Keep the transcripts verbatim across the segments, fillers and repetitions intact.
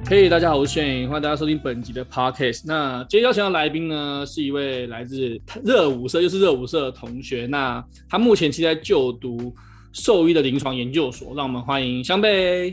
嘿、hey, 大家好，我是 Shane， 欢迎大家收听本集的 Podcast。那今天邀请到来宾呢，是一位来自热舞社，又是热舞社的同学。那他目前其实在就读兽医的临床研究所，让我们欢迎湘贝。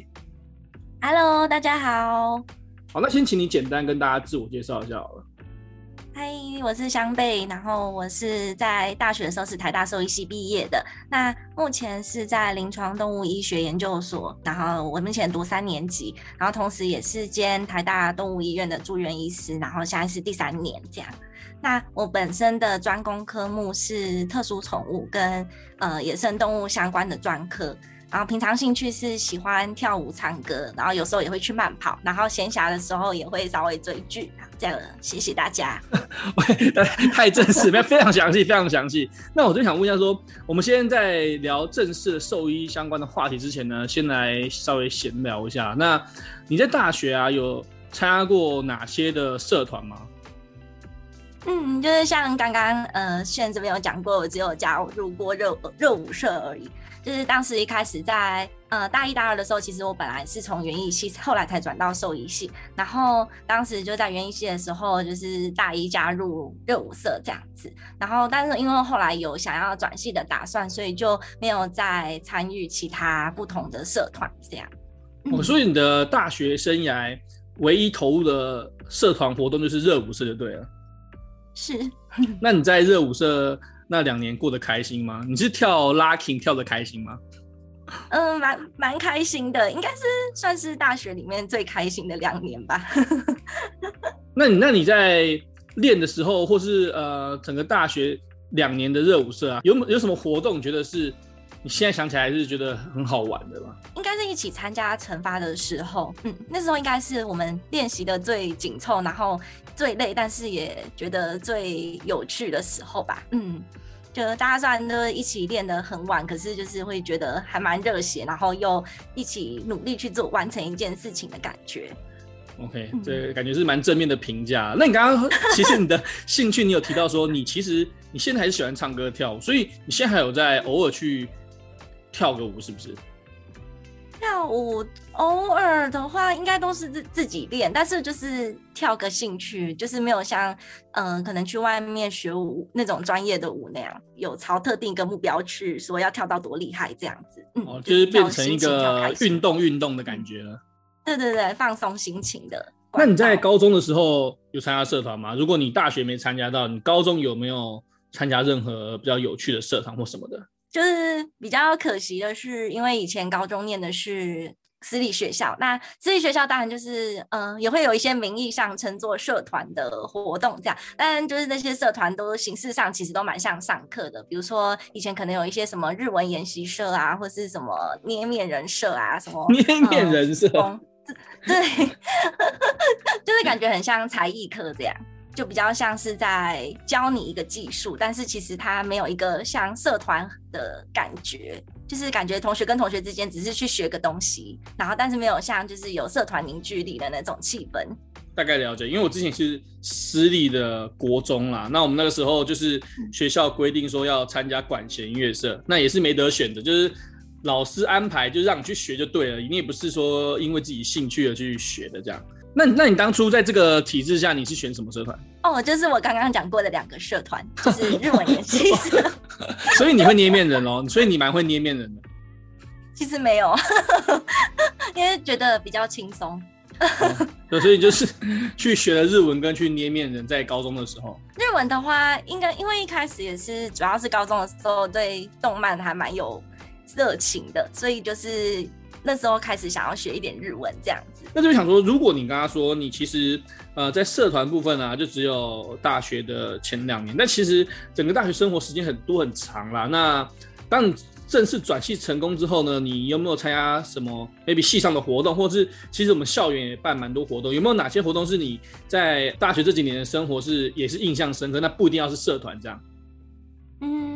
Hello， 大家好。 好，那先请你简单跟大家自我介绍一下好了。 嗨，我是湘贝，然后我是在大学的时候是台大兽医系毕业的，那目前是在临床动物医学研究所，然后我目前读三年级，然后同时也是兼台大动物医院的住院医师，然后现在是第三年这样。那我本身的专攻科目是特殊宠物跟呃野生动物相关的专科。然后平常兴趣是喜欢跳舞唱歌，然后有时候也会去慢跑，然后闲暇的时候也会稍微追剧，这样谢谢大家。 太正式，非常详细，非常详细。那我就想问一下说，我们现在在聊正式的兽医相关的话题之前呢，先来稍微闲聊一下。那你在大学啊有参加过哪些的社团吗？ 嗯，就是像刚刚呃Shane这边有讲过，我只有加入过热热舞社而已。就是当时一开始在呃大一大二的时候，其实我本来是从园艺系，后来才转到兽医系。然后当时就在园艺系的时候，就是大一加入热舞社这样子。然后但是因为后来有想要转系的打算，所以就没有再参与其他不同的社团这样。 哦，所以你的大学生涯唯一投入的社团活动就是热舞社就对了。 是。 那你在热舞社那两年过得开心吗？你是跳 locking 跳得开心吗？ 嗯，蛮蛮开心的，应该是算是大学里面最开心的两年吧。 那你那你在练的时候，或是呃整个大学两年的热舞社啊，有有什么活动？你觉得是你现在想起来是觉得很好玩的吗？ 应该是一起参加惩罚的时候，嗯，那时候应该是我们练习的最紧凑，然后最累，但是也觉得最有趣的时候吧，嗯。就大家虽然都一起练得很晚，可是就是会觉得还蛮热血，然后又一起努力去做完成一件事情的感觉。 OK， 这感觉是蛮正面的评价。那你刚刚其实你的兴趣，你有提到说你其实你现在还是喜欢唱歌跳舞，所以你现在还有在偶尔去跳个舞，是不是？ 跳舞偶尔的话，应该都是自自己练，但是就是跳个兴趣，就是没有像嗯、呃，可能去外面学舞那种专业的舞那样，有朝特定一个目标去说要跳到多厉害这样子。嗯， 哦，就是变成一个运动运动的感觉了。 对对对，放松心情的。 那你在高中的时候有参加社团吗？如果你大学没参加到，你高中有没有参加任何比较有趣的社团或什么的？ 就是比较可惜的是，因为以前高中念的是私立学校，那私立学校当然就是呃也会有一些名义上称作社团的活动这样，但就是那些社团都形式上其实都蛮像上课的，比如说以前可能有一些什么日文研习社啊，或是什么捏面人社啊，什么捏面人社、呃、 对就是感觉很像才艺课这样，就比较像是在教你一个技术，但是其实它没有一个像社团的感觉，就是感觉同学跟同学之间只是去学个东西，然后但是没有像就是有社团凝聚力的那种气氛。 大概了解，因为我之前是私立的国中啦，那我们那个时候就是学校规定说要参加管弦乐社，那也是没得选的，就是老师安排就让你去学就对了，你也不是说因为自己兴趣而去学的这样。那, 那你当初在这个体制下，你是选什么社团？ 哦，就是我刚刚讲过的两个社团，就是日文研习社。 所以你会捏面人哦，所以你蛮会捏面人的。 其实没有，因为觉得比较轻松。 哦，所以就是去学了日文跟去捏面人，在高中的时候。 日文的话，应该因为一开始也是主要是高中的时候对动漫还蛮有热情的，所以就是那时候开始想要学一点日文这样子。 那就想说，如果你刚刚说你其实呃在社团部分啊，就只有大学的前两年，但其实整个大学生活时间很多很长啦。那当你正式转系成功之后呢，你有没有参加什么 maybe 系上的活动，或是其实我们校园也办蛮多活动，有没有哪些活动是你在大学这几年的生活是也是印象深刻？那不一定要是社团这样。 嗯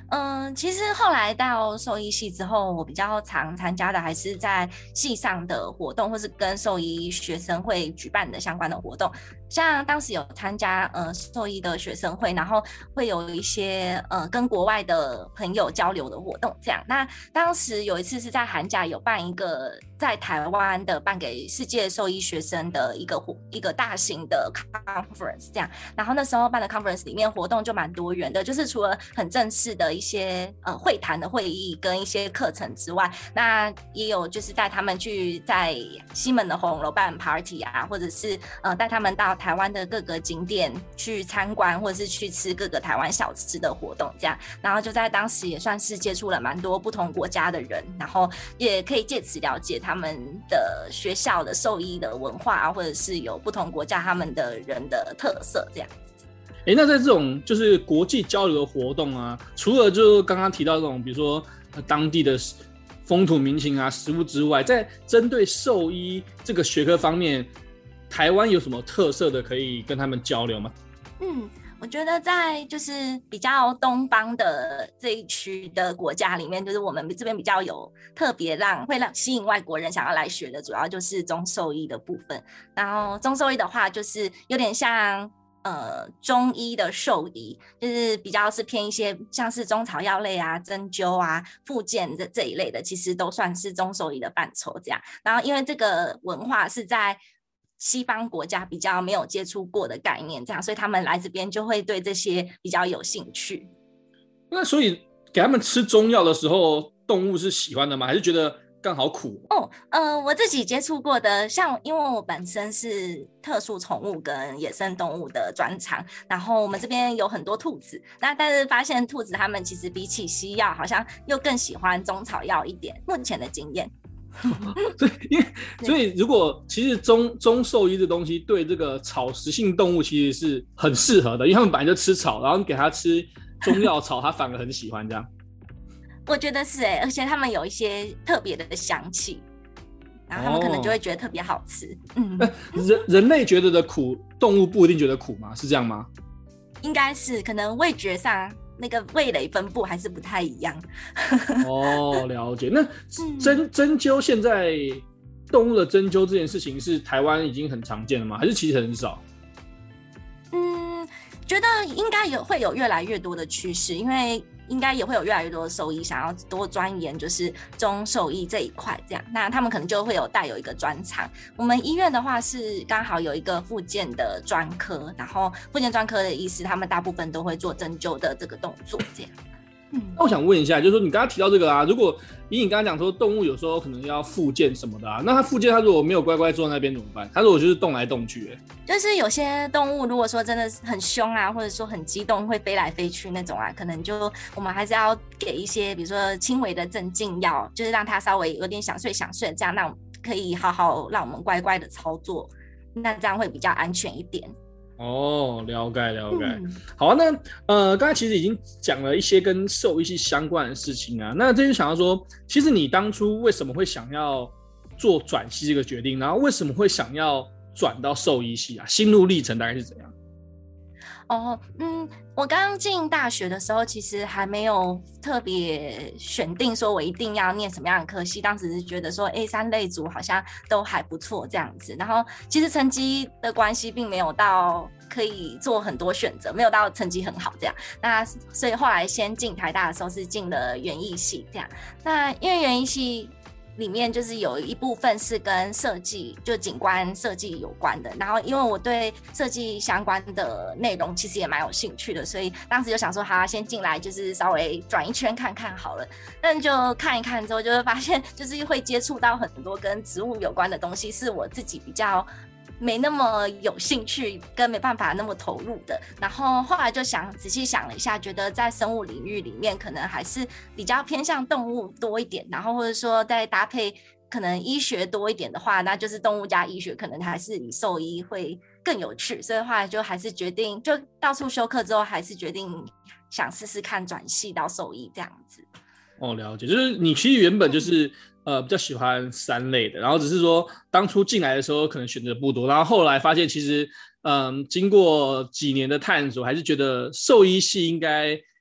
嗯，其实后来到兽医系之后，我比较常参加的还是在系上的活动，或是跟兽医学生会举办的相关的活动。像当时有参加呃兽医的学生会，然后会有一些呃跟国外的朋友交流的活动，这样。那当时有一次是在寒假有办一个在台湾的办给世界兽医学生的一个一个大型的 conference， 这样。然后那时候办的 conference 里面活动就蛮多元的，就是除了很正式的一些呃会谈的会议跟一些课程之外，那也有就是带他们去在西门的红楼办 party 啊，或者是呃带他们到台湾的各个景点去参观，或者是去吃各个台湾小吃的活动，这样。然后就在当时也算是接触了蛮多不同国家的人，然后也可以借此了解他们的学校的兽医的文化啊，或者是有不同国家他们的人的特色这样。 哎，那在这种就是国际交流的活动啊，除了就刚刚提到这种，比如说当地的风土民情啊、食物之外，在针对兽医这个学科方面，台湾有什么特色的可以跟他们交流吗？ 嗯，我觉得在就是比较东方的这一区的国家里面，就是我们这边比较有特别让会让吸引外国人想要来学的，主要就是中兽医的部分。然后中兽医的话，就是有点像呃中医的兽医，就是比较是偏一些像是中草药类啊、针灸啊、复健的这一类的，其实都算是中兽医的范畴这样。然后因为这个文化是在西方国家比较没有接触过的概念，这样，所以他们来这边就会对这些比较有兴趣。 那所以给他们吃中药的时候，动物是喜欢的吗？还是觉得刚好苦？ 哦，呃，我自己接触过的，像因为我本身是特殊宠物跟野生动物的专长，然后我们这边有很多兔子，那但是发现兔子它们其实比起西药，好像又更喜欢中草药一点。目前的经验。 所以，因为所以，如果其实中中兽医这东西对这个草食性动物其实是很适合的，因为他们本来就吃草，然后你给它吃中药草，它反而很喜欢这样。 我觉得是哎、欸，而且他们有一些特别的香气，然后他们可能就会觉得特别好吃。哦、嗯， 人人类觉得的苦，动物不一定觉得苦吗？是这样吗？ 应该是，可能味觉上。那个味蕾分布还是不太一样。 哦，了解。那针针灸现在动物的针灸这件事情是台湾已经很常见了吗？还是其实很少？ 嗯，觉得应该有会有越来越多的趋势，因为应该也会有越来越多的兽医想要多钻研就是中兽医这一块，这样，那他们可能就会有带有一个专长。我们医院的话是刚好有一个复健的专科，然后复健专科的医师他们大部分都会做针灸的这个动作，这样。 嗯，那我想问一下，就是说你刚刚提到这个啊，如果以你刚刚讲说动物有时候可能要复健什么的啊，那它复健它如果没有乖乖坐在那边怎么办？它如果就是动来动去、欸， 就是有些动物如果说真的很凶啊，或者说很激动会飞来飞去那种啊，可能就我们还是要给一些比如说轻微的镇静药，就是让它稍微有点想睡想睡，这样让可以好好让我们乖乖的操作，那这样会比较安全一点。 哦，了解了解、 嗯、 好啊，那呃，刚才其实已经讲了一些跟兽医系相关的事情啊，那这就想要说，其实你当初为什么会想要做转系这个决定，然后为什么会想要转到兽医系啊？心路历程大概是怎样？ 哦，嗯，我刚刚进大学的时候，其实还没有特别选定说我一定要念什么样的科系，当时是觉得说 A 三 类组好像都还不错这样子，然后其实成绩的关系并没有到可以做很多选择，没有到成绩很好这样，那所以后来先进台大的时候是进了园艺系这样，那因为园艺系里面就是有一部分是跟设计，就景观设计有关的。然后因为我对设计相关的内容其实也蛮有兴趣的，所以当时就想说，好，先进来就是稍微转一圈看看好了。但就看一看之后，就会发现就是会接触到很多跟植物有关的东西，是我自己比较没那么有兴趣跟没办法那么投入的，然后后来就想仔细想了一下，觉得在生物领域里面可能还是比较偏向动物多一点，然后或者说再搭配可能医学多一点的话，那就是动物加医学，可能还是以兽医会更有趣，所以后来就还是决定，就到处修课之后还是决定想试试看转系到兽医这样子。 哦，了解，就是你其实原本就是、嗯、呃比较喜欢三类的，然后只是说当初进来的时候可能选择不多，然后后来发现其实嗯、呃、经过几年的探索，还是觉得兽医系应该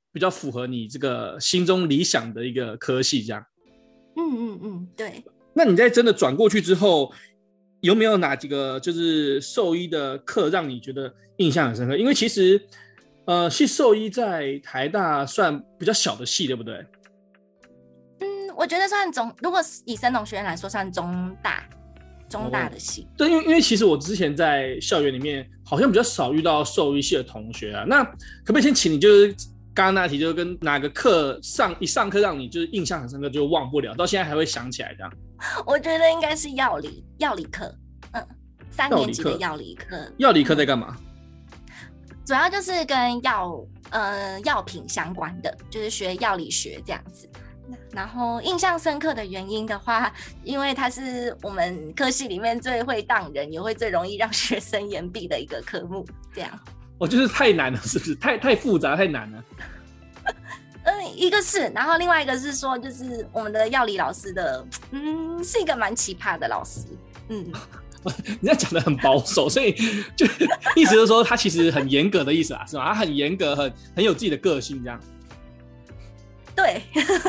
比较符合你这个心中理想的一个科系这样。 嗯嗯嗯，对。 那你在真的转过去之后，有没有哪几个就是兽医的课让你觉得印象很深刻？因为其实呃，系兽医在台大算比较小的系，对不对？ 嗯，我觉得算中，如果以生农学院来说，算中大。中大的系、哦、 对，因为因为其实我之前在校园里面好像比较少遇到兽医系的同学啊。那可不可以先请你，就是刚刚那题，就是跟哪个课上一上课让你就是印象很深刻，就忘不了，到现在还会想起来这样？ 我觉得应该是药理药理课，嗯，三年级的药理课。 药理课在干嘛？ 嗯、主要就是跟药呃药品相关的，就是学药理学这样子。然后印象深刻的原因的话，因为它是我们科系里面最会当人，也会最容易让学生延毕的一个科目，这样。 哦，就是太难了，是不是？太太复杂，太难了。 嗯，一个是，然后另外一个是说，就是我们的药理老师的，嗯，是一个蛮奇葩的老师，嗯。 你这讲的很保守，所以就意思就是说他其实很严格的意思啊，是吗？他很严格，很很有自己的个性，这样。 对。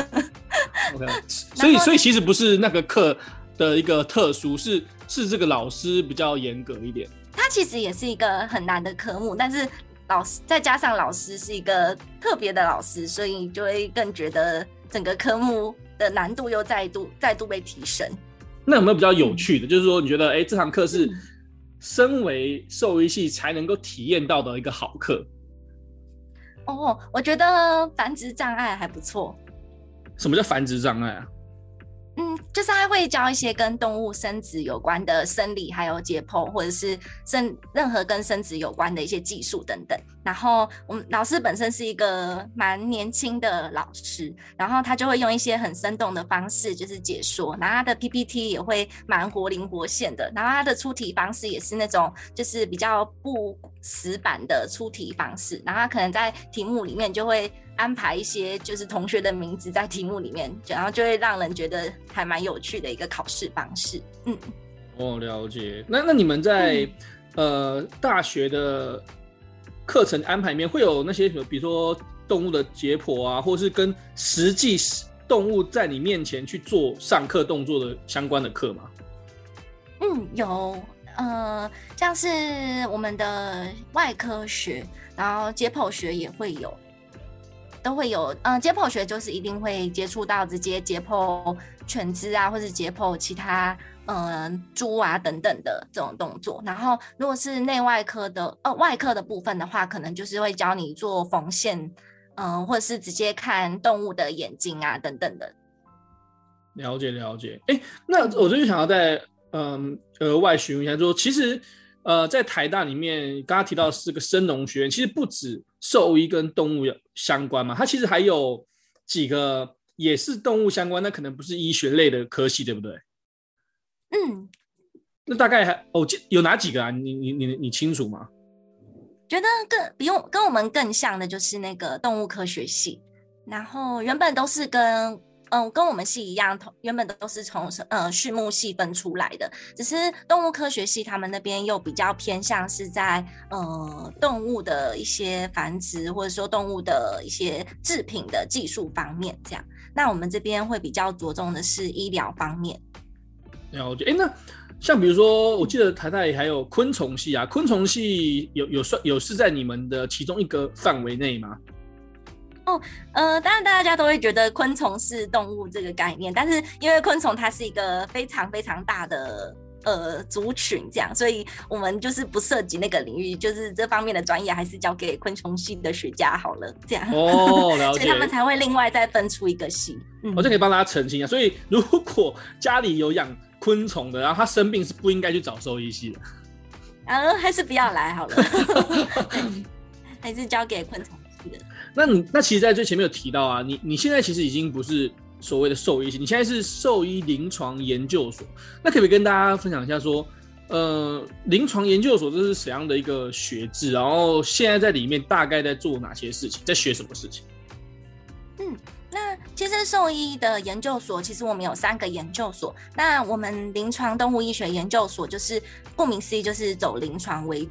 okay. 所以所以其实不是那个课的一个特殊，是是这个老师比较严格一点。 他其实也是一个很难的科目，但是老师再加上老师是一个特别的老师，所以就会更觉得整个科目的难度又再度再度被提升。 那有没有比较有趣的？嗯、就是说你觉得，哎、欸，这堂课是身为兽医系才能够体验到的一个好课？ 哦，我觉得繁殖障碍还不错。 什么叫繁殖障碍啊？ 嗯，就是他会教一些跟动物生殖有关的生理，还有解剖，或者是生任何跟生殖有关的一些技术等等。然后我们老师本身是一个蛮年轻的老师，然后他就会用一些很生动的方式就是解说，然后他的 P P T 也会蛮活灵活现的，然后他的出题方式也是那种就是比较不死板的出题方式，然后他可能在题目里面就会安排一些就是同学的名字在题目里面，然后就会让人觉得还蛮有趣的一个考试方式。嗯， 哦，了解。那那你们在、嗯、呃大学的课程安排里面会有那些比如说动物的解剖啊，或是跟实际动物在你面前去做上课动作的相关的课吗？ 嗯，有。呃，像是我们的外科学，然后解剖学也会有。都会有，呃，解剖学就是一定会接触到直接解剖犬只啊，或者解剖其他呃猪啊等等的这种动作。然后如果是内外科的呃外科的部分的话，可能就是会教你做缝线，嗯、呃，或者是直接看动物的眼睛啊等等的。 了解了解，哎，那我就想要再嗯额外询问一下说，其实呃在台大里面，刚刚提到是个生农学院，其实不止兽医跟动物相关嘛，它其实还有几个也是动物相关，那可能不是医学类的科系，对不对？ 嗯， 那大概还哦有哪几个啊？你你你你清楚吗？ 觉得更比我跟我们更像的就是那个动物科学系，然后原本都是跟嗯跟我们系一样，原本都是从呃畜牧系分出来的，只是动物科学系他们那边又比较偏向是在呃动物的一些繁殖，或者说动物的一些制品的技术方面这样。那我们这边会比较着重的是医疗方面。 了解，哎，那像比如说，我记得台大也还有昆虫系啊，昆虫系有有算有是在你们的其中一个范围内吗？ 哦，呃，当然大家都会觉得昆虫是动物这个概念，但是因为昆虫它是一个非常非常大的呃族群，这样，所以我们就是不涉及那个领域，就是这方面的专业还是交给昆虫系的学家好了，这样。 哦，了解。 所以他们才会另外再分出一个系。 嗯，我就可以帮大家澄清啊。所以如果家里有养昆虫的，然后他生病是不应该去找兽医系的。 呃，还是不要来好了，还是交给昆虫系的。 那你那其实在最前面有提到啊，你你现在其实已经不是所谓的兽医系，你现在是兽医临床研究所。那可不可以跟大家分享一下说，呃，临床研究所这是怎样的一个学制？然后现在在里面大概在做哪些事情，在学什么事情？ 嗯。那其实兽医的研究所，其实我们有三个研究所。那我们临床动物医学研究所就是顾名思义，就是走临床为主。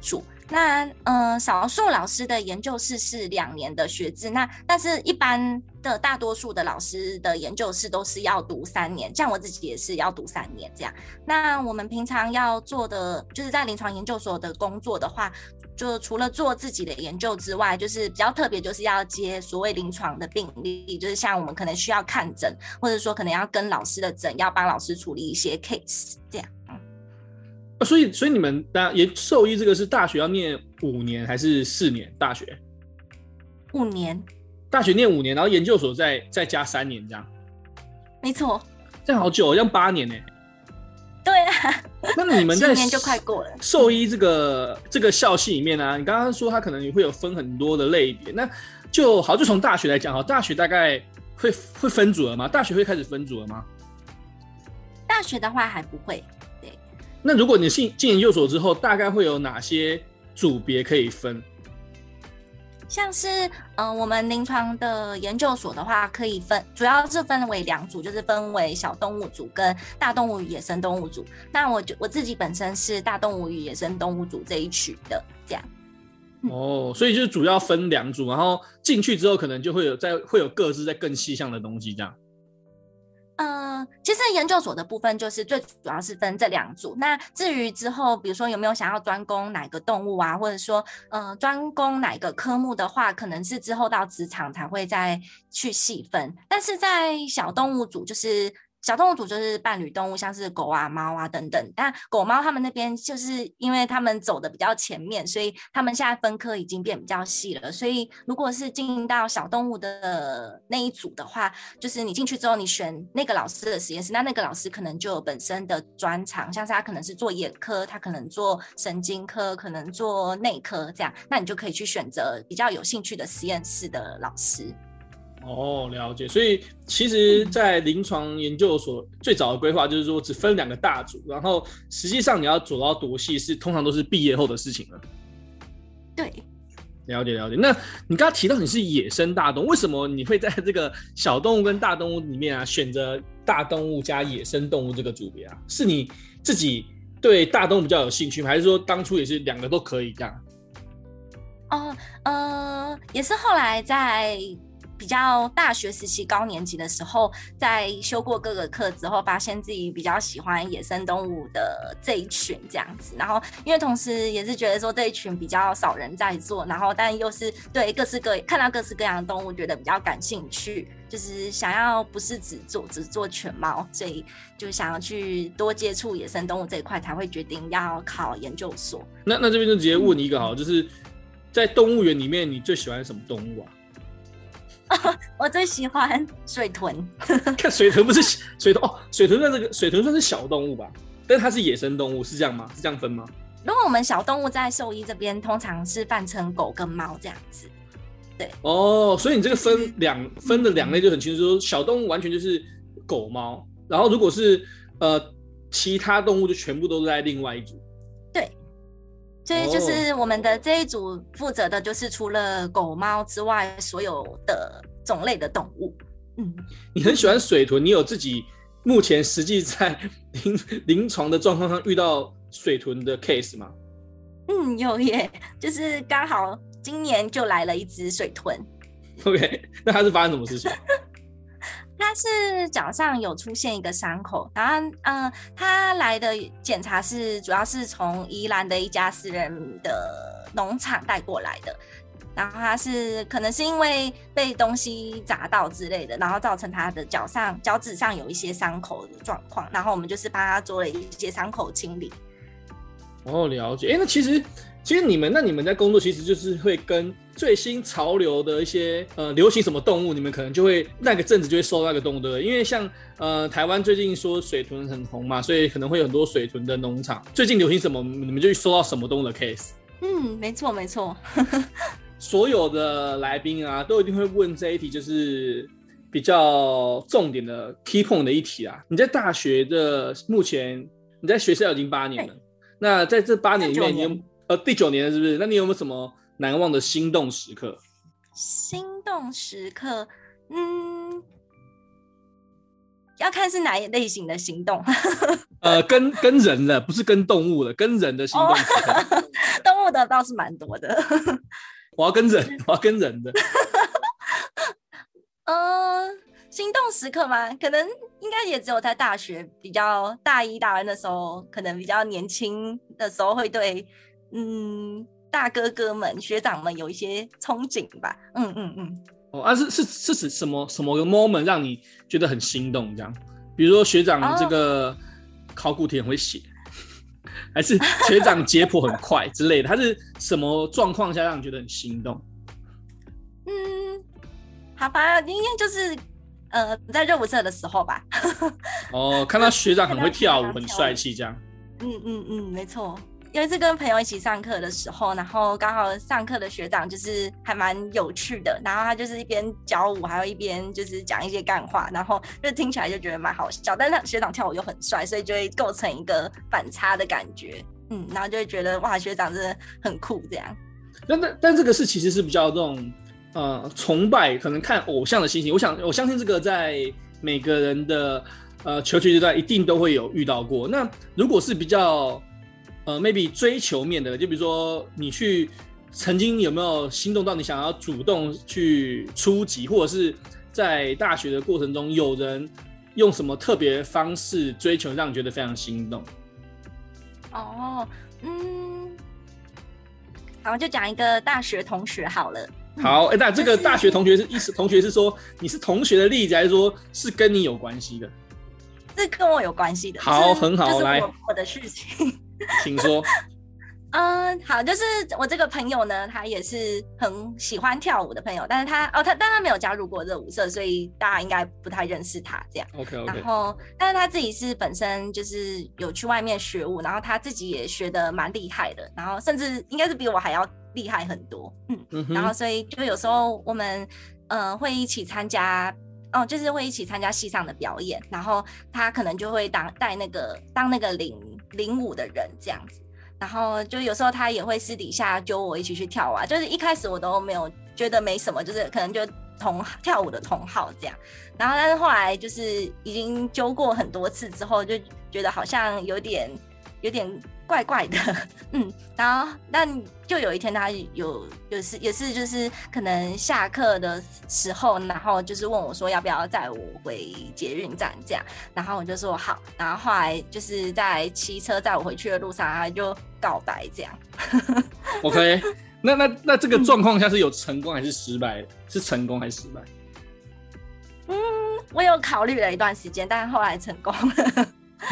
那呃，少数老师的研究室是两年的学制，那但是一般的大多数的老师的研究室都是要读三年，像我自己也是要读三年这样。那我们平常要做的，就是在临床研究所的工作的话，就除了做自己的研究之外，就是比较特别，就是要接所谓临床的病例，就是像我们可能需要看诊，或者说可能要跟老师的诊，要帮老师处理一些 case 这样。 所以，所以你们大研兽医这个是大学要念五年还是四年？大学五年， 大学念五年，然后研究所再再加三年，这样。 没错， 这样好久，这样八年呢。 对啊， 那你们在十年就快过了。 兽医这个这个校系里面啊，你刚刚说它可能会有分很多的类别，那就好，就从大学来讲，好，大学大概会会分组了吗？大学会开始分组了吗？ 大学的话还不会。 那如果你进进研究所之后，大概会有哪些组别可以分？ 像是呃，我们临床的研究所的话，可以分，主要是分为两组，就是分为小动物组跟大动物与野生动物组。那我就我自己本身是大动物与野生动物组这一区的，这样。 嗯、哦，所以就是主要分两组，然后进去之后可能就会有在会有各自在更细项的东西，这样。 呃，其实研究所的部分就是最主要是分这两组。那至于之后，比如说有没有想要专攻哪个动物啊，或者说呃专攻哪个科目的话，可能是之后到职场才会再去细分。但是在小动物组，就是小动物组就是伴侣动物，像是狗啊、猫啊等等。但狗猫他们那边就是因为他们走的比较前面，所以他们现在分科已经变比较细了。所以如果是进到小动物的那一组的话，就是你进去之后，你选那个老师的实验室，那那个老师可能就有本身的专长，像是他可能是做眼科，他可能做神经科，可能做内科这样，那你就可以去选择比较有兴趣的实验室的老师。 哦，了解。所以其实，在临床研究所最早的规划就是说，只分两个大组，然后实际上你要走到多细，是通常都是毕业后的事情了。 对， 了解了解。那你刚刚提到你是野生大动物，为什么你会在这个小动物跟大动物里面啊，选择大动物加野生动物这个组别啊？是你自己对大动物比较有兴趣吗？还是说当初也是两个都可以这样？ 哦，呃，也是后来在比较大学时期高年级的时候，在修过各个课之后，发现自己比较喜欢野生动物的这一群这样子。然后因为同时也是觉得说这一群比较少人在做，然后但又是对各式各看到各式各样的动物觉得比较感兴趣，就是想要不是只做只做犬猫，所以就想要去多接触野生动物这一块，才会决定要考研究所。 那那这边就直接问你一个好，嗯、就是在动物园里面，你最喜欢什么动物啊？ 我最喜欢水豚。 看水豚不是水豚哦，水豚算这个水豚算是小动物吧，但是它是野生动物，是这样吗？是这样分吗？ 如果我们小动物在兽医这边，通常是泛成狗跟猫这样子。对哦，所以你这个分两分的两类就很清楚，说小动物完全就是狗猫，然后如果是呃其他动物就全部都在另外一组。 对。所以就是我们的这一组负责的就是除了狗猫之外所有的种类的动物。嗯， 你很喜欢水豚，你有自己目前实际在 临, 临床的状况上遇到水豚的 case 吗？ 嗯，有耶，就是刚好今年就来了一只水豚。 OK， 那它是发生什么事情？ 他是脚上有出现一个伤口，然后呃，他来的检查是主要是从宜兰的一家私人的农场带过来的，然后他是可能是因为被东西砸到之类的，然后造成他的脚上脚趾上有一些伤口的状况，然后我们就是帮他做了一些伤口清理。 哦，了解。哎，那其实其实你们那你们在工作其实就是会跟最新潮流的一些呃流行什么动物，你们可能就会那个阵子就会收到那个动物，对不对？因为像呃台湾最近说水豚很红嘛，所以可能会有很多水豚的农场。最近流行什么，你们就收到什么动物的 case。 嗯，没错没错。 所有的来宾啊，都一定会问这一题，就是比较重点的 key point 的一题啊。你在大学的目前，你在学校已经八年了，那在这八年里面，你有呃第九年了，是不是？那你有没有什么难忘的心动时刻？ 心动时刻，嗯，要看是哪一类型的心动。 呃，跟跟人的，不是跟动物的，跟人的心动时刻。 动物获得倒是蛮多的。 我要跟人，我要跟人的。 嗯、呃，心动时刻吗？可能应该也只有在大学比较大一大二的时候，可能比较年轻的时候会对嗯大哥哥们学长们有一些憧憬吧。嗯嗯嗯。 哦啊，是是是指什么什么个 moment 让你觉得很心动这样？比如说学长这个考古题很会写，哦、还是学长解剖很快之类的？他是什么状况下让你觉得很心动？ 嗯，好吧，应该就是呃在热舞社的时候吧。 哦，看到学长很会跳舞，很帅气这样。 嗯嗯嗯，没错。有一次跟朋友一起上课的时候，然后刚好上课的学长就是还蛮有趣的，然后他就是一边教舞，还有一边就是讲一些干话，然后就听起来就觉得蛮好笑。但是学长跳舞又很帅，所以就会构成一个反差的感觉。嗯，然后就会觉得哇，学长真的很酷这样。 但但但这个是其实是比较这种呃崇拜，可能看偶像的心情。我想我相信这个在每个人的呃求学阶段一定都会有遇到过。那如果是比较呃 maybe 追求面的，就比如说你去曾经有没有心动到你想要主动去出击，或者是在大学的过程中有人用什么特别方式追求让你觉得非常心动？ 哦，嗯，好，就讲一个大学同学好了。 好，哎、欸，那这个大学同学是意思，同学是说你是同学的例子，还是说是跟你有关系的？ 是跟我有关系的。 好，很好， 就是来， 我的事情。 请说。 嗯，好，就是我这个朋友呢，他也是很喜欢跳舞的朋友，但是他哦，他但他没有加入过热舞社，所以大家应该不太认识他这样。 OK OK。 然后，但是他自己是本身就是有去外面学舞，然后他自己也学得蛮厉害的，然后甚至应该是比我还要厉害很多。嗯，嗯然后所以就有时候我们呃会一起参加。哦，就是会一起参加系上的表演，然后他可能就会当带那个当那个领领舞的人这样子，然后就有时候他也会私底下揪我一起去跳啊，就是一开始我都没有觉得没什么，就是可能就同跳舞的同好这样，然后但是后来就是已经揪过很多次之后，就觉得好像有点有点怪怪的，嗯，然后但就有一天他有有是也是就是可能下课的时候，然后就是问我说要不要载我回捷运站这样，然后我就说好，然后后来就是在骑车载我回去的路上，他就告白这样。 OK， 那那那这个状况下是有成功还是失败？是成功还是失败？ 嗯，我有考虑了一段时间，但是后来成功了。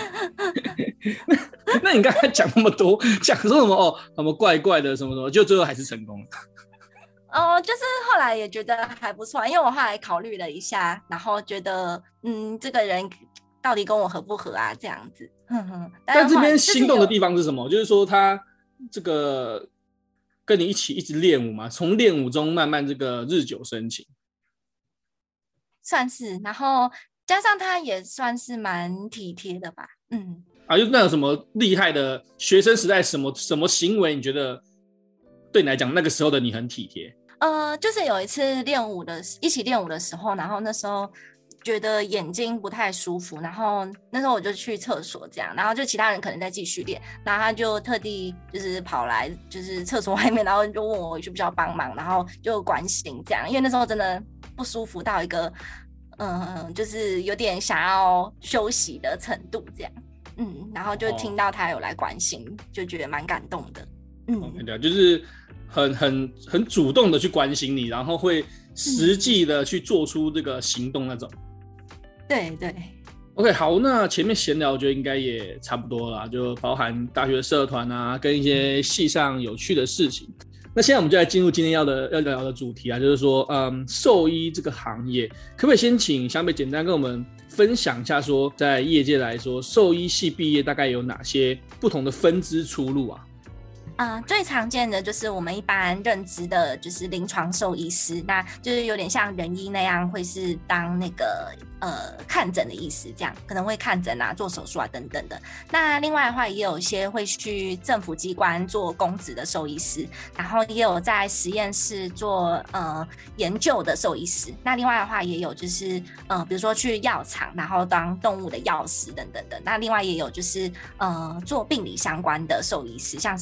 那, 那你刚才讲那么多，讲说什么哦，什么怪怪的什么什么，就最后还是成功了。 哦，就是后来也觉得还不错，因为我后来考虑了一下，然后觉得嗯，这个人到底跟我合不合啊？这样子。但, 但这边心动的地方是什么？就是说他这个跟你一起一直练舞嘛，从练舞中慢慢这个日久生情， 算是，然后。加上他也算是蛮体贴的吧，嗯， 啊，那有什么厉害的学生时代什么什么行为？你觉得对你来讲，那个时候的你很体贴？ 呃，就是有一次练舞的，一起练舞的时候，然后那时候觉得眼睛不太舒服，然后那时候我就去厕所这样，然后就其他人可能在继续练，然后他就特地就是跑来就是厕所外面，然后就问我需不需要帮忙，然后就关心这样，因为那时候真的不舒服到一个。嗯，就是有点想要休息的程度这样，嗯，然后就听到他有来关心，哦、就觉得蛮感动的，嗯， okay, 就是很很很主动的去关心你，然后会实际的去做出这个行动那种， 嗯、对对 ，OK， 好，那前面闲聊我觉得应该也差不多了，就包含大学社团啊，跟一些系上有趣的事情。那现在我们就来进入今天要的要聊的主题啊，就是说，嗯，兽医这个行业，可不可以先请湘北简单跟我们分享一下说，说在业界来说，兽医系毕业大概有哪些不同的分支出路啊？ 呃，最常见的就是我们一般认知的，就是临床兽医师，那就是有点像人医那样，会是当那个呃看诊的医师，这样可能会看诊啊、做手术啊等等的。那另外的话，也有一些会去政府机关做公职的兽医师，然后也有在实验室做呃研究的兽医师。那另外的话，也有就是呃，比如说去药厂，然后当动物的药师等等的。那另外也有就是呃做病理相关的兽医师，像是要去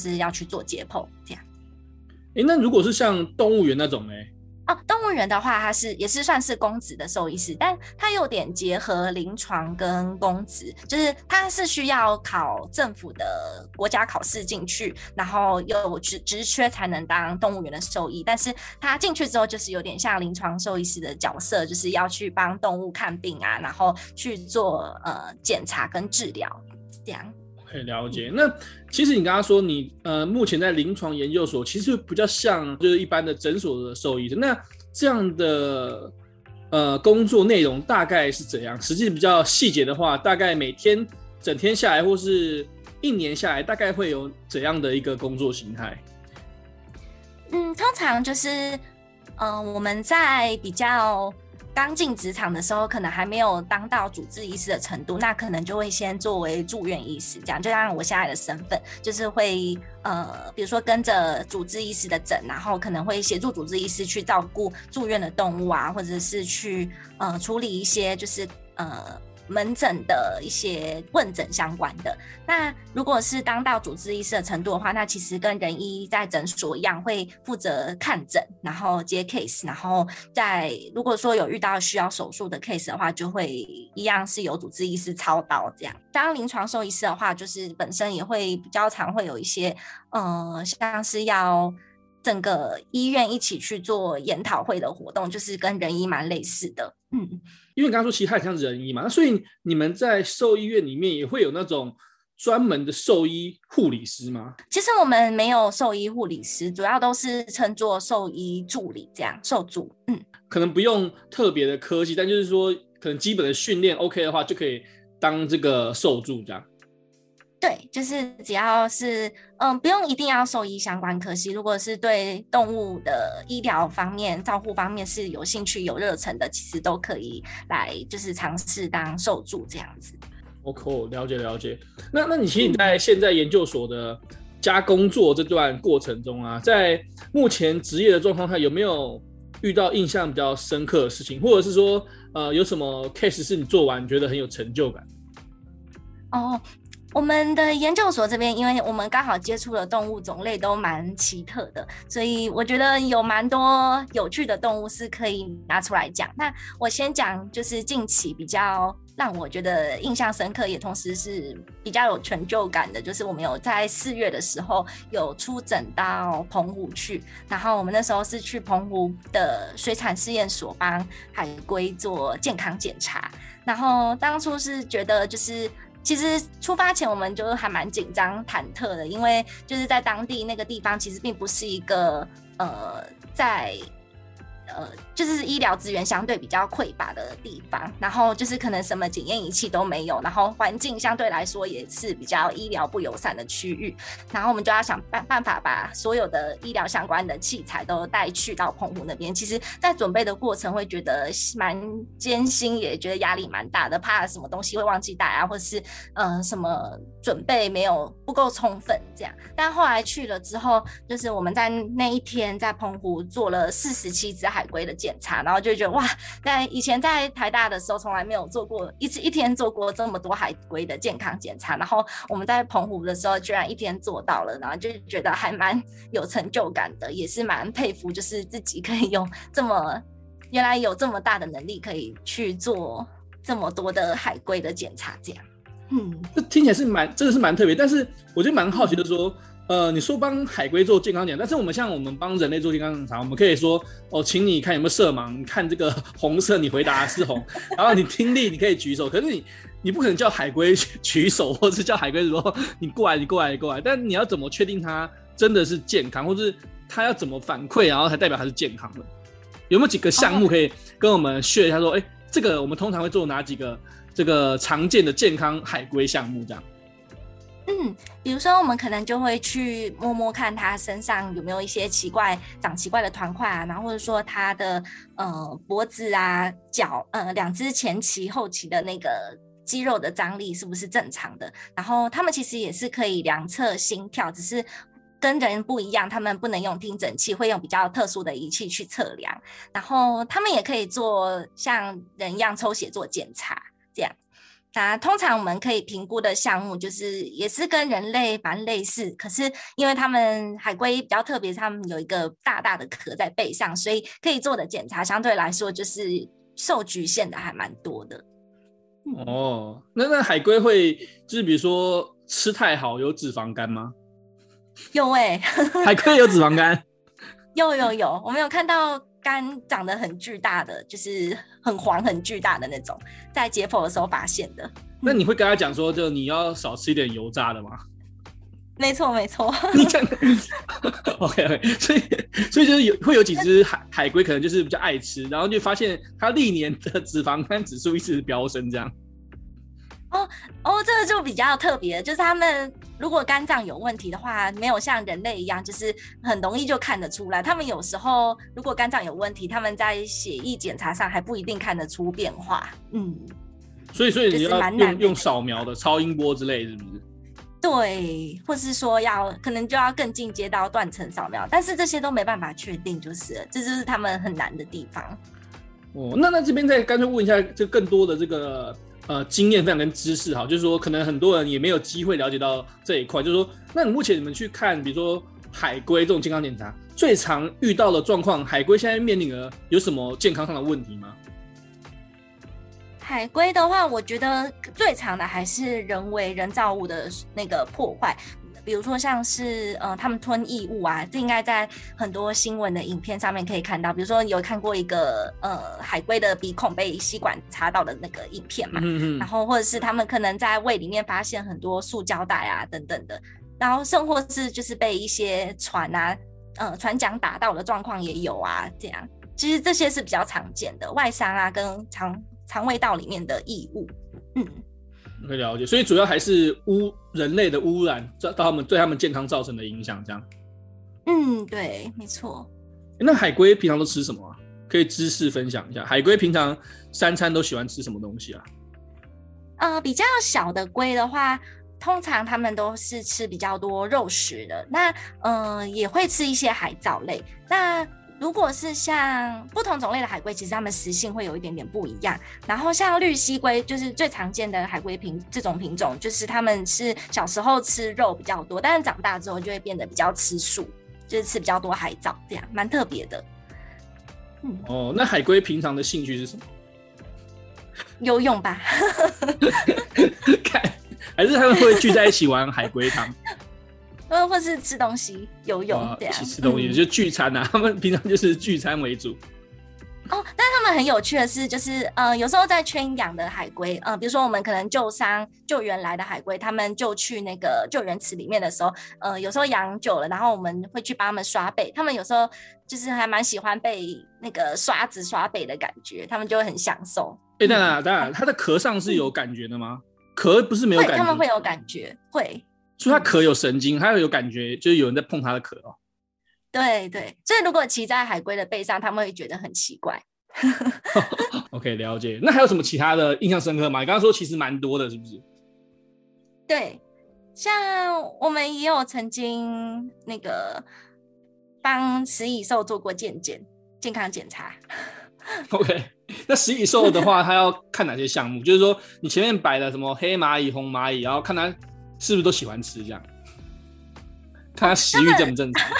做解剖这样。 哎，那如果是像动物园那种呢？ 哦，动物园的话，它是也是算是公职的兽医师，但它有点结合临床跟公职，就是它是需要考政府的国家考试进去，然后有职职缺才能当动物园的兽医。但是它进去之后，就是有点像临床兽医师的角色，就是要去帮动物看病啊，然后去做呃检查跟治疗这样。 可以了解。那其实你刚刚说你呃目前在临床研究所，其实比较像就是一般的诊所的兽医生。那这样的呃工作内容大概是怎样？实际比较细节的话，大概每天整天下来，或是一年下来，大概会有怎样的一个工作形态？ 嗯，通常就是呃我们在比较刚进职场的时候，可能还没有当到主治医师的程度，那可能就会先作为住院医师，这样就像我现在的身份，就是会呃，比如说跟着主治医师的诊，然后可能会协助主治医师去照顾住院的动物啊，或者是去呃处理一些就是呃。门诊的一些问诊相关的。那如果是当到主治医师的程度的话，那其实跟人医在诊所一样，会负责看诊，然后接 case， 然后在如果说有遇到需要手术的 case 的话，就会一样是由主治医师操刀这样。当临床兽医师的话，就是本身也会比较常会有一些呃，像是要整个医院一起去做研讨会的活动，就是跟人医蛮类似的。嗯， 因为你刚刚说其实它很像人医嘛，那所以你们在兽医院里面也会有那种专门的兽医护理师吗？ 其实我们没有兽医护理师，主要都是称作兽医助理这样，兽助。嗯， 可能不用特别的科技，但就是说可能基本的训练 OK 的话，就可以当这个兽助这样。 对，就是只要是嗯，不用一定要兽医相关科系，如果是对动物的医疗方面、照护方面是有兴趣、有热忱的，其实都可以来就是尝试当兽助这样子。 OK， 了解了解。那那你其实你在现在研究所的加工作这段过程中啊，在目前职业的状况下，有没有遇到印象比较深刻的事情，或者是说呃有什么 case 是你做完觉得很有成就感？ 哦。我们的研究所这边，因为我们刚好接触的动物种类都蛮奇特的，所以我觉得有蛮多有趣的动物是可以拿出来讲。那我先讲，就是近期比较让我觉得印象深刻，也同时是比较有成就感的，就是我们有在四月的时候有出诊到澎湖去，然后我们那时候是去澎湖的水产试验所帮海龟做健康检查，然后当初是觉得就是。其实出发前我们就还蛮紧张忐忑的，因为就是在当地那个地方其实并不是一个呃在呃就是医疗资源相对比较匮乏的地方，然后就是可能什么检验仪器都没有，然后环境相对来说也是比较医疗不友善的区域，然后我们就要想办办法把所有的医疗相关的器材都带去到澎湖那边。其实在准备的过程会觉得蛮艰辛，也觉得压力蛮大的，怕什么东西会忘记带啊，或是呃什么准备没有不够充分这样。但后来去了之后，就是我们在那一天在澎湖做了四十七只海龟的检查，然后就觉得哇，在以前在台大的时候从来没有做过一次一天做过这么多海龟的健康检查，然后我们在澎湖的时候居然一天做到了，然后就觉得还蛮有成就感的，也是蛮佩服，就是自己可以用这么原来有这么大的能力可以去做这么多的海龟的检查这样。 嗯，这听起来是蛮真的是蛮特别，但是我就蛮好奇的说。嗯呃，你说帮海龟做健康检查，但是我们像我们帮人类做健康检查，我们可以说哦，请你看有没有色盲，你看这个红色，你回答是红，然后你听力你可以举手，可是你你不可能叫海龟举手，或是叫海龟说你过来，你过来，你过来，但你要怎么确定它真的是健康，或是它要怎么反馈，然后才代表它是健康的？有没有几个项目可以跟我们share一下说，哎、欸，这个我们通常会做哪几个这个常见的健康海龟项目这样？ 嗯，比如说我们可能就会去摸摸看它身上有没有一些奇怪长奇怪的团块啊，然后或者说它的呃脖子啊、脚呃两只前鳍后鳍的那个肌肉的张力是不是正常的，然后他们其实也是可以量测心跳，只是跟人不一样，他们不能用听诊器，会用比较特殊的仪器去测量，然后他们也可以做像人一样抽血做检查这样。 那通常我们可以评估的项目就是也是跟人类蛮类似，可是因为他们海龟比较特别，他们有一个大大的壳在背上，所以可以做的检查相对来说就是受局限的还蛮多的。 哦，那那海龟会就是比如说吃太好有脂肪肝吗？ 有哎、欸， 海龟有脂肪肝？ 有有有，我们有看到肝长得很巨大的，就是很黄很巨大的那种，在解剖的时候发现的。 那你会跟他讲说，就你要少吃一点油炸的吗？ 没错没错。 你讲，OK OK， 所以所以就是有会有几只海海龟可能就是比较爱吃，然后就发现它历年的脂肪肝指数一直飙升这样。 哦哦，这个就比较特别，就是他们如果肝脏有问题的话，没有像人类一样，就是很容易就看得出来。他们有时候如果肝脏有问题，他们在血液检查上还不一定看得出变化。嗯， 所以所以你要就是用用扫描的超音波之类，是不是？ 对，或是说要可能就要更进阶到断层扫描，但是这些都没办法确定，就是了这就是他们很难的地方。 哦，那那这边再干脆问一下，就更多的这个呃经验分享跟知识哈，就是说可能很多人也没有机会了解到这一块，就是说，那你目前你们去看，比如说海龟这种健康检查，最常遇到的状况，海龟现在面临了有什么健康上的问题吗？ 海龟的话，我觉得最常的还是人为人造物的那个破坏，比如说像是呃他们吞异物啊，这应该在很多新闻的影片上面可以看到。比如说有看过一个呃海龟的鼻孔被吸管插到的那个影片嘛，嗯嗯，然后或者是他们可能在胃里面发现很多塑胶袋啊等等的，然后甚或是就是被一些船啊呃船桨打到的状况也有啊，这样其实这些是比较常见的外伤啊跟肠肠胃道里面的异物。嗯， 可以了解，所以主要还是污人类的污染到他们对他们健康造成的影响，这样。 嗯，对，没错。 那海龟平常都吃什么啊？可以知识分享一下。海龟平常三餐都喜欢吃什么东西啊？ 呃，比较小的龟的话，通常他们都是吃比较多肉食的，那呃也会吃一些海藻类。那如果是像不同种类的海龟，其实它们食性会有一点点不一样。然后像绿蜥龟，就是最常见的海龟品这种品种，就是它们是小时候吃肉比较多，但是长大之后就会变得比较吃素，就是吃比较多海藻，这样蛮特别的。 嗯，哦，那海龟平常的兴趣是什么？ 游泳吧。 看，还是他们会聚在一起玩海龟汤？ 呃，或是吃东西、游泳这样， 一起吃东西、嗯、就聚餐啊。他们平常就是聚餐为主。 哦，但他们很有趣的是，就是呃，有时候在圈养的海龟，呃，比如说我们可能救伤救援来的海龟，他们就去那个救援池里面的时候，呃，有时候养久了，然后我们会去帮他们刷背，他们有时候就是还蛮喜欢被那个刷子刷背的感觉，他们就会很享受。 哎、欸，当然当然，它的壳上是有感觉的吗？壳、嗯、不是没有感觉？ 会，他们会有感觉，会。 所以它壳有神经，它有感觉，就是有人在碰它的壳哦。 对对，所以如果骑在海龟的背上，他们会觉得很奇怪。 OK， 了解。那还有什么其他的印象深刻吗？你刚刚说其实蛮多的，是不是？ 对，像我们也有曾经那个帮食蚁兽做过健检健康检查。 OK， 那食蚁兽的话，它要看哪些项目？就是说，你前面摆的什么黑蚂蚁、红蚂蚁，然后看它是不是都喜欢吃，这样看它食欲正不正常。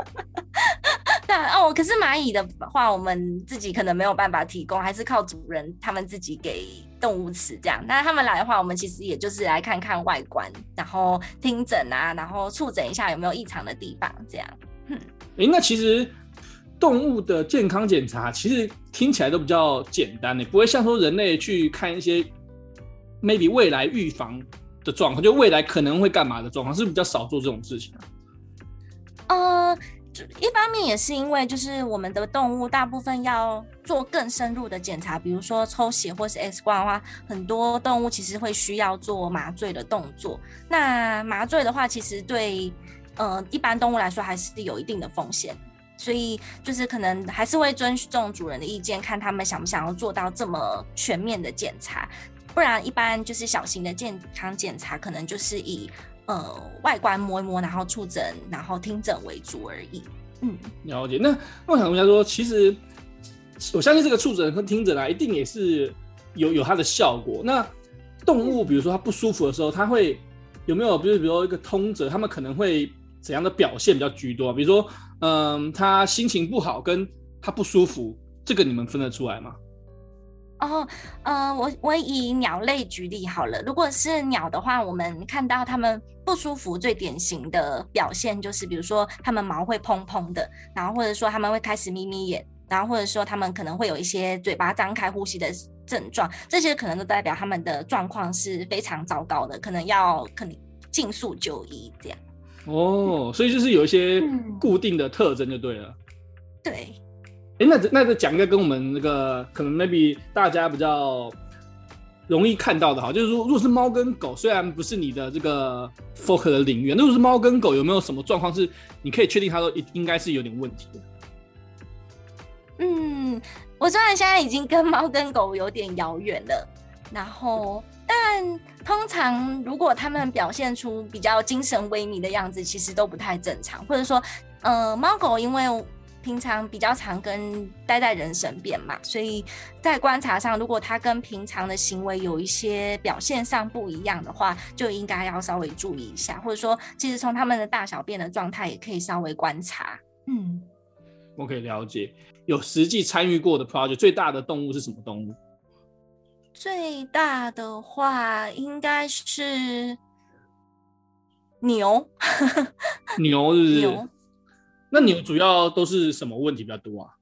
哦，可是蚂蚁的话，我们自己可能没有办法提供，还是靠主人他们自己给动物吃这样。那他们来的话，我们其实也就是来看看外观，然后听诊啊，然后触诊一下有没有异常的地方，这样。嗯， 欸、那其实动物的健康检查其实听起来都比较简单的，不会像说人类去看一些 maybe 未来预防的状况，就未来可能会干嘛的状况，是比较少做这种事情啊。 呃。一方面也是因为就是我们的动物大部分要做更深入的检查，比如说抽血或是 X 光的话，很多动物其实会需要做麻醉的动作。那麻醉的话其实对呃一般动物来说还是有一定的风险，所以就是可能还是会尊重主人的意见，看他们想不想要做到这么全面的检查。不然一般就是小型的健康检查可能就是以呃，外观摸一摸，然后触诊，然后听诊为主而已。嗯， 了解。那我想问一下说，其实我相信这个触诊和听诊啊，一定也是有有它的效果。那动物，比如说它不舒服的时候，它会有没有，比如比如说一个通则，他们可能会怎样的表现比较居多？比如说，嗯，它心情不好跟它不舒服，这个你们分得出来吗？ 哦，呃，我我以鸟类举例好了。如果是鸟的话，我们看到它们不舒服最典型的表现就是，比如说它们毛会蓬蓬的，然后或者说它们会开始眯眯眼，然后或者说它们可能会有一些嘴巴张开呼吸的症状，这些可能都代表它们的状况是非常糟糕的，可能要可能尽速就医这样。 哦，所以就是有一些固定的特征就对了。 嗯、对。 哎，那那这讲一个跟我们那个可能 maybe 大家比较容易看到的哈，就是说，如果是猫跟狗，虽然不是你的这个 focus 的领域，如果是猫跟狗，有没有什么状况是你可以确定它都应该是有点问题的？ 嗯，我虽然现在已经跟猫跟狗有点遥远了，然后但通常如果他们表现出比较精神萎靡的样子，其实都不太正常，或者说，呃，猫狗因为平常比较常跟待在人身边嘛，所以在观察上，如果它跟平常的行为有一些表现上不一样的话，就应该要稍微注意一下，或者说，其实从它们的大小便的状态也可以稍微观察。嗯， 我可以了解。有实际参与过的 project， 最大的动物是什么动物？ 最大的话应该是牛。 牛是不是？ 牛。 那牛主要都是什么问题比较多啊？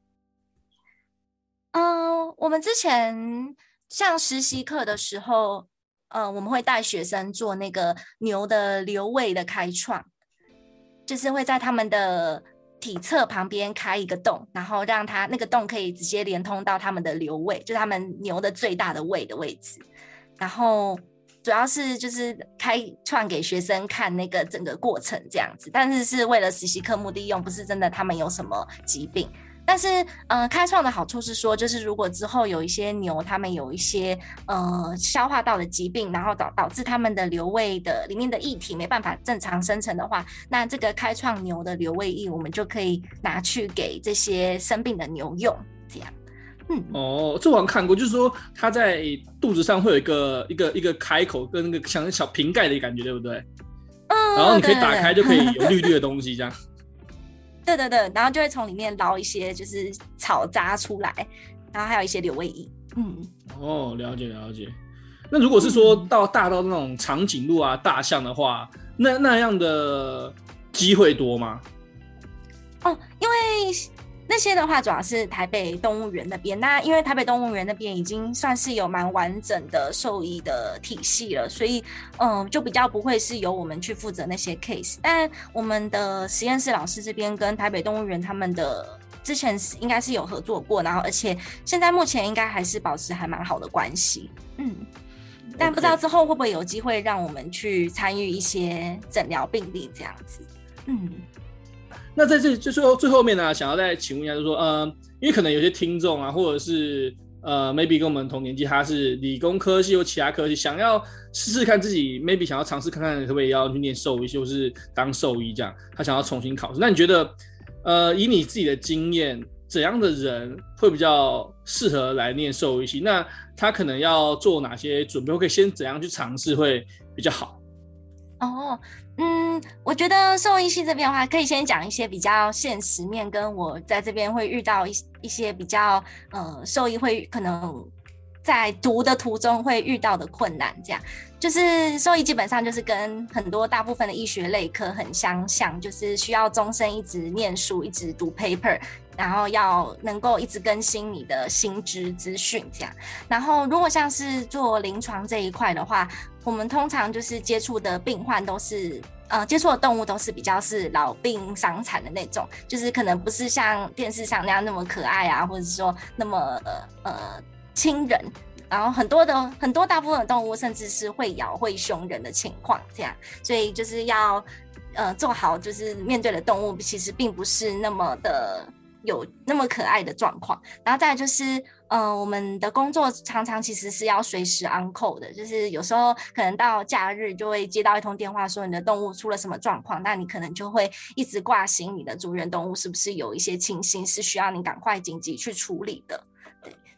嗯、呃，我们之前像实习课的时候，呃，我们会带学生做那个牛的瘤位的开创，就是会在他们的体侧旁边开一个洞，然后让它那个洞可以直接连通到他们的瘤位，就是他们牛的最大的胃的位置，然后主要是就是开创给学生看那个整个过程这样子，但是是为了实习课目的用，不是真的他们有什么疾病。但是，呃，开创的好处是说，就是如果之后有一些牛，他们有一些呃消化道的疾病，然后导导致他们的瘤胃的里面的液体没办法正常生成的话，那这个开创牛的瘤胃液，我们就可以拿去给这些生病的牛用，这样。嗯， 哦，这我好像看过，就是说它在肚子上会有一个一个一个开口，跟那个像小瓶盖的感觉，对不对？嗯，然后你可以打开，就可以有绿绿的东西，这样。 对对对，然后就会从里面捞一些就是草渣出来，然后还有一些瘤胃液。嗯， 哦，了解了解。那如果是说到大到那种长颈鹿啊、大象的话，那那样的机会多吗？ 哦，因为那些的话主要是台北动物园那边，那因为台北动物园那边已经算是有蛮完整的兽医的体系了，所以嗯，就比较不会是由我们去负责那些 case。但我们的实验室老师这边跟台北动物园他们的之前应该是有合作过，然后而且现在目前应该还是保持还蛮好的关系。嗯，但不知道之后会不会有机会让我们去参与一些诊疗病例这样子。嗯。 那在这就最后最后面呢、啊，想要再请问一下，就是说，呃，因为可能有些听众啊，或者是呃，maybe 跟我们同年纪，他是理工科系或其他科系，想要试试看自己 ，maybe 想要尝试看看可不可以要去念兽医系，或是当兽医这样，他想要重新考试。那你觉得，呃，以你自己的经验，怎样的人会比较适合来念兽医系？那他可能要做哪些准备，或可以先怎样去尝试会比较好？ 哦，嗯，我觉得兽医系这边的话，可以先讲一些比较现实面，跟我在这边会遇到一一些比较呃，兽医会可能在读的途中会遇到的困难。这样，就是兽医基本上就是跟很多大部分的医学类科很相像，就是需要终身一直念书，一直读 paper。然后要能够一直更新你的新知资讯，这样。然后如果像是做临床这一块的话，我们通常就是接触的病患都是呃接触的动物都是比较是老病伤残的那种，就是可能不是像电视上那样那么可爱啊，或者说那么呃呃亲人。然后很多的很多大部分的动物甚至是会咬会凶人的情况，这样。所以就是要呃做好，就是面对的动物其实并不是那么的。有那么可爱的状况，然后再来就是，呃，我们的工作常常其实是要随时 on call 的，就是有时候可能到假日就会接到一通电话说你的动物出了什么状况，那你可能就会一直挂心你的主人动物是不是有一些情形是需要你赶快紧急去处理的。对，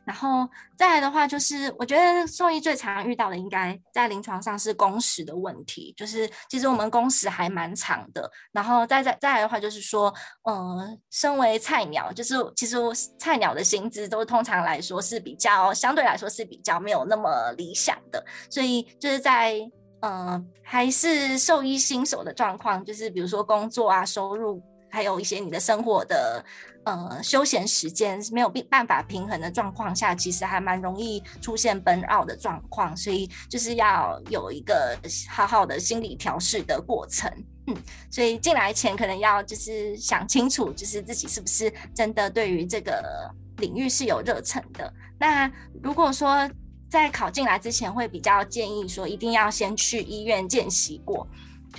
然后再来的话，就是我觉得兽医最常遇到的，应该在临床上是工时的问题，就是其实我们工时还蛮长的。然后再再再来的话，就是说，呃，身为菜鸟，就是其实菜鸟的薪资都通常来说是比较相对来说是比较没有那么理想的，所以就是在呃还是兽医新手的状况，就是比如说工作啊、收入，还有一些你的生活的。呃，休闲时间没有办法平衡的状况下，其实还蛮容易出现 burn out 的状况，所以就是要有一个好好的心理调试的过程。嗯，所以进来前可能要就是想清楚，就是自己是不是真的对于这个领域是有热忱的。那如果说在考进来之前，会比较建议说，一定要先去医院见习过，就是。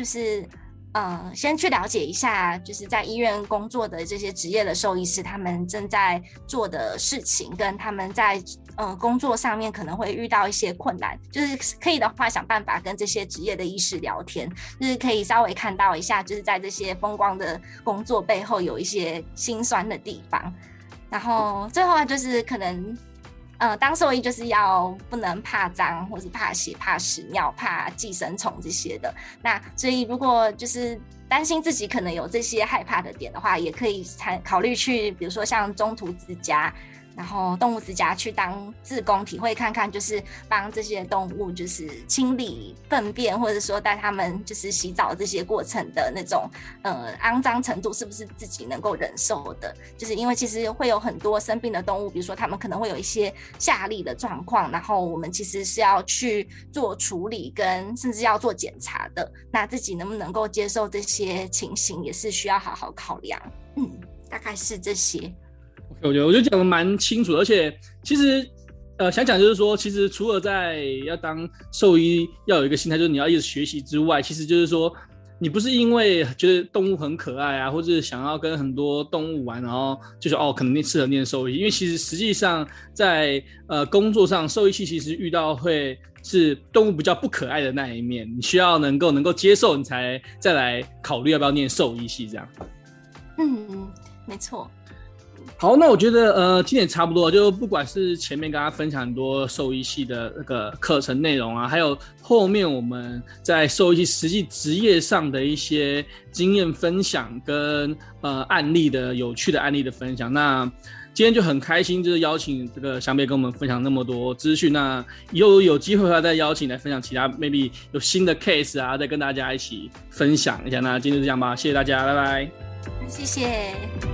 呃，先去了解一下，就是在医院工作的这些职业的兽医师，他们正在做的事情，跟他们在呃工作上面可能会遇到一些困难，就是可以的话，想办法跟这些职业的医师聊天，就是可以稍微看到一下，就是在这些风光的工作背后有一些辛酸的地方。然后最后就是可能。呃，当兽医就是要不能怕脏，或是怕血、怕屎尿、怕寄生虫这些的。那所以如果就是担心自己可能有这些害怕的点的话，也可以考虑去，比如说像中途之家。然后动物之家去当志工，体会看看，就是帮这些动物就是清理粪便，或者说带他们就是洗澡这些过程的那种呃肮脏程度，是不是自己能够忍受的？就是因为其实会有很多生病的动物，比如说他们可能会有一些下痢的状况，然后我们其实是要去做处理跟甚至要做检查的。那自己能不能够接受这些情形，也是需要好好考量。嗯，大概是这些。 我觉得我觉得讲的蛮清楚的，而且其实呃想讲就是说，其实除了在要当兽医要有一个心态，就是你要一直学习之外，其实就是说你不是因为觉得动物很可爱啊，或者想要跟很多动物玩，然后就说哦可能你适合念兽医，因为其实实际上在呃工作上，兽医系其实遇到会是动物比较不可爱的那一面，你需要能够能够接受，你才再来考虑要不要念兽医系这样。 嗯，没错。 好，那我觉得呃今天也差不多，就不管是前面跟大家分享很多兽医系的那个课程内容啊，还有后面我们在兽医系实际职业上的一些经验分享跟呃案例的有趣的案例的分享。那今天就很开心，就是邀请这个祥贝跟我们分享那么多资讯。那以后有机会的话，再邀请来分享其他 maybe 有新的 case 啊，再跟大家一起分享一下。那今天就这样吧，谢谢大家，拜拜。 谢谢。